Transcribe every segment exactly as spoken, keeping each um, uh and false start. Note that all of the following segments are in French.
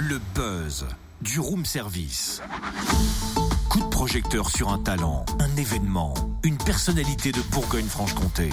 Le buzz du room service. Coup de projecteur sur un talent, un événement, une personnalité de Bourgogne-Franche-Comté.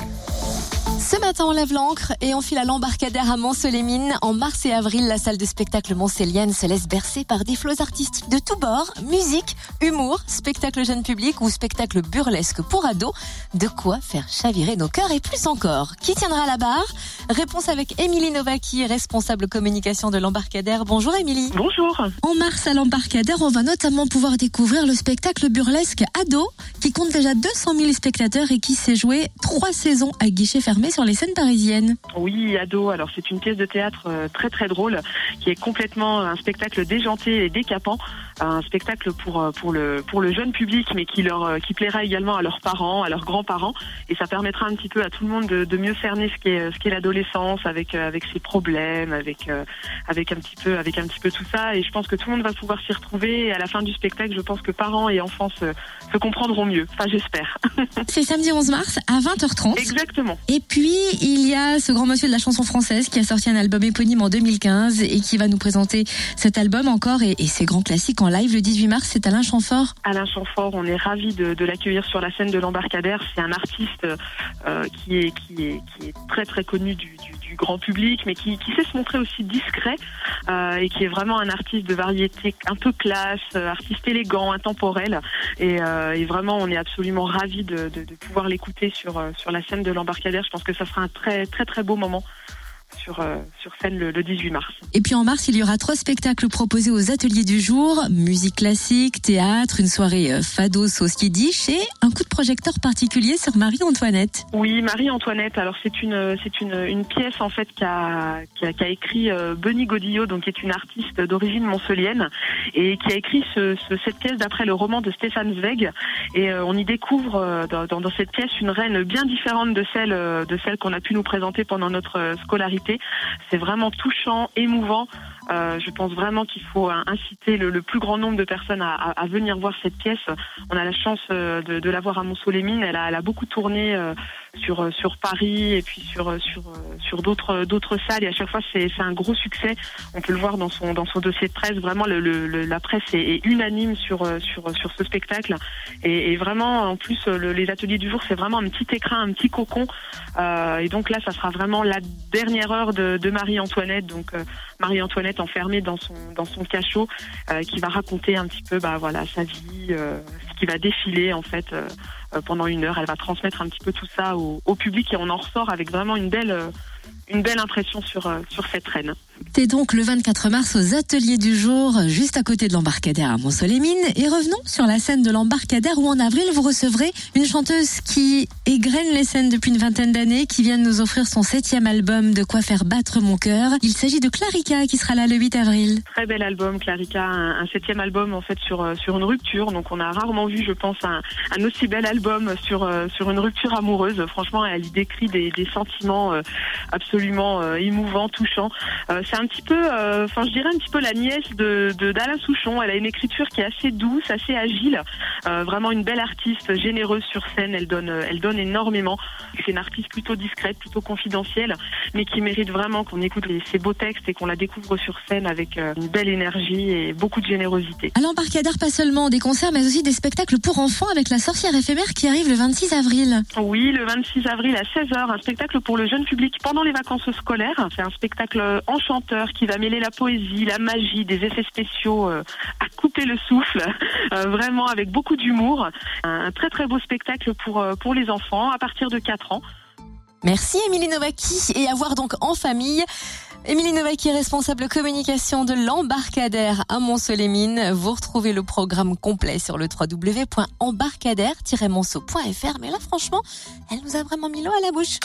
Ce matin, on lève l'ancre et on file à l'embarcadère à Mons-les-Mines. En mars et avril, la salle de spectacle montsélienne se laisse bercer par des flots artistiques de tous bords. Musique, humour, spectacle jeune public ou spectacle burlesque pour ados. De quoi faire chavirer nos cœurs et plus encore. Qui tiendra la barre ? Réponse avec Émilie Novaki, responsable communication de l'embarcadère. Bonjour Émilie. Bonjour. En mars à l'embarcadère, on va notamment pouvoir découvrir le spectacle burlesque Ado, qui compte déjà deux cent mille spectateurs et qui s'est joué trois saisons à guichet fermé sur les scènes parisiennes. Oui, Ado, alors c'est une pièce de théâtre euh, très très drôle, qui est complètement un spectacle déjanté et décapant, un spectacle pour euh, pour le pour le jeune public, mais qui leur euh, qui plaira également à leurs parents, à leurs grands-parents, et ça permettra un petit peu à tout le monde de, de mieux cerner ce qu'est ce qu'est l'adolescence, avec euh, avec ses problèmes, avec euh, avec un petit peu avec un petit peu tout ça, et je pense que tout le monde va pouvoir s'y retrouver. Et à la fin du spectacle, je pense que parents et enfants se, se comprendront mieux. Enfin, j'espère. C'est samedi onze mars à vingt heures trente. Exactement. Et puis, il y a ce grand monsieur de la chanson française qui a sorti un album éponyme en deux mille quinze et qui va nous présenter cet album encore et, et ses grands classiques en live le dix-huit mars. C'est Alain Chamfort. Alain Chamfort, on est ravis de, de l'accueillir sur la scène de l'embarcadère. C'est un artiste euh, qui, est, qui, est, qui est très très connu du, du, du grand public, mais qui, qui sait se montrer aussi discret euh, et qui est vraiment un artiste de variété un peu classe, artiste élégant, intemporel. Et, euh, et vraiment, on est absolument ravis de, de, de pouvoir l'écouter sur, sur la scène de l'embarcadère. Je pense que ça sera un très très très beau moment sur, euh, sur scène le, le dix-huit mars. Et puis en mars, il y aura trois spectacles proposés aux ateliers du jour. Musique classique, théâtre, une soirée euh, fado sauce yiddish et un coup de projecteur particulier sur Marie-Antoinette. Oui, Marie-Antoinette. Alors c'est une c'est une, une pièce en fait qu'a qu'a, qu'a écrit euh, Benny Godillot, donc qui est une artiste d'origine montsélienne et qui a écrit ce, ce, cette pièce d'après le roman de Stefan Zweig. Et euh, on y découvre euh, dans, dans cette pièce une reine bien différente de celle euh, de celle qu'on a pu nous présenter pendant notre euh, scolarité. C'est vraiment touchant, émouvant. Euh, je pense vraiment qu'il faut inciter le, le plus grand nombre de personnes à, à, à venir voir cette pièce. On a la chance de, de la voir à Mons-les-Mines. Elle a, elle a beaucoup tourné euh, sur sur Paris et puis sur sur sur d'autres d'autres salles. Et à chaque fois, c'est c'est un gros succès. On peut le voir dans son dans son dossier de presse. Vraiment, le, le, la presse est, est unanime sur sur sur ce spectacle. Et, et vraiment, en plus, le, les ateliers du jour, c'est vraiment un petit écrin, un petit cocon. Euh, et donc là, ça sera vraiment la dernière heure de, de Marie-Antoinette. Donc euh, Marie-Antoinette enfermée dans son dans son cachot, euh, qui va raconter un petit peu bah voilà sa vie, euh, ce qui va défiler en fait euh, pendant une heure. Elle va transmettre un petit peu tout ça au, au public et on en ressort avec vraiment une belle euh, une belle impression sur euh, sur cette reine. C'est donc le vingt-quatre mars aux ateliers du jour, juste à côté de l'embarcadère à Mons-les-Mines. Et revenons sur la scène de l'embarcadère où en avril vous recevrez une chanteuse qui égrène les scènes depuis une vingtaine d'années, qui vient de nous offrir son septième album De quoi faire battre mon cœur. Il s'agit de Clarica qui sera là le huit avril. Très bel album, Clarica, un, un septième album en fait sur sur une rupture. Donc on a rarement vu, je pense, un, un aussi bel album sur sur une rupture amoureuse. Franchement, elle y décrit des, des sentiments euh, absolument euh, émouvants, touchants. Euh, c'est un petit peu, enfin euh, je dirais un petit peu la nièce de, de d'Alain Souchon. Elle a une écriture qui est assez douce, assez agile. Euh, vraiment une belle artiste, généreuse sur scène. Elle donne, elle donne énormément. C'est une artiste plutôt discrète, plutôt confidentielle, mais qui mérite vraiment qu'on écoute les, ses beaux textes et qu'on la découvre sur scène avec euh, une belle énergie et beaucoup de générosité. À l'embarcadère, pas seulement des concerts, mais aussi des spectacles pour enfants avec La Sorcière éphémère qui arrive le vingt-six avril. Oui, le vingt-six avril à seize heures, un spectacle pour le jeune public pendant les vacances scolaires. C'est un spectacle enchanteur qui va mêler la poésie, la magie, des effets spéciaux euh, à couper le souffle, euh, vraiment avec beaucoup d'humour. Un, un très très beau spectacle pour, euh, pour les enfants à partir de quatre ans. Merci Émilie Novaki, et à voir donc en famille. Émilie Novaki, responsable communication de l'embarcadère à Mons-les-Mines. Vous retrouvez le programme complet sur le w w w point embarcadère tiret monceau point f r. Mais là, franchement, elle nous a vraiment mis l'eau à la bouche.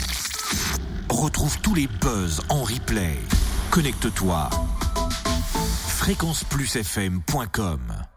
Retrouve tous les buzz en replay. Connecte-toi. fréquence plus f m point com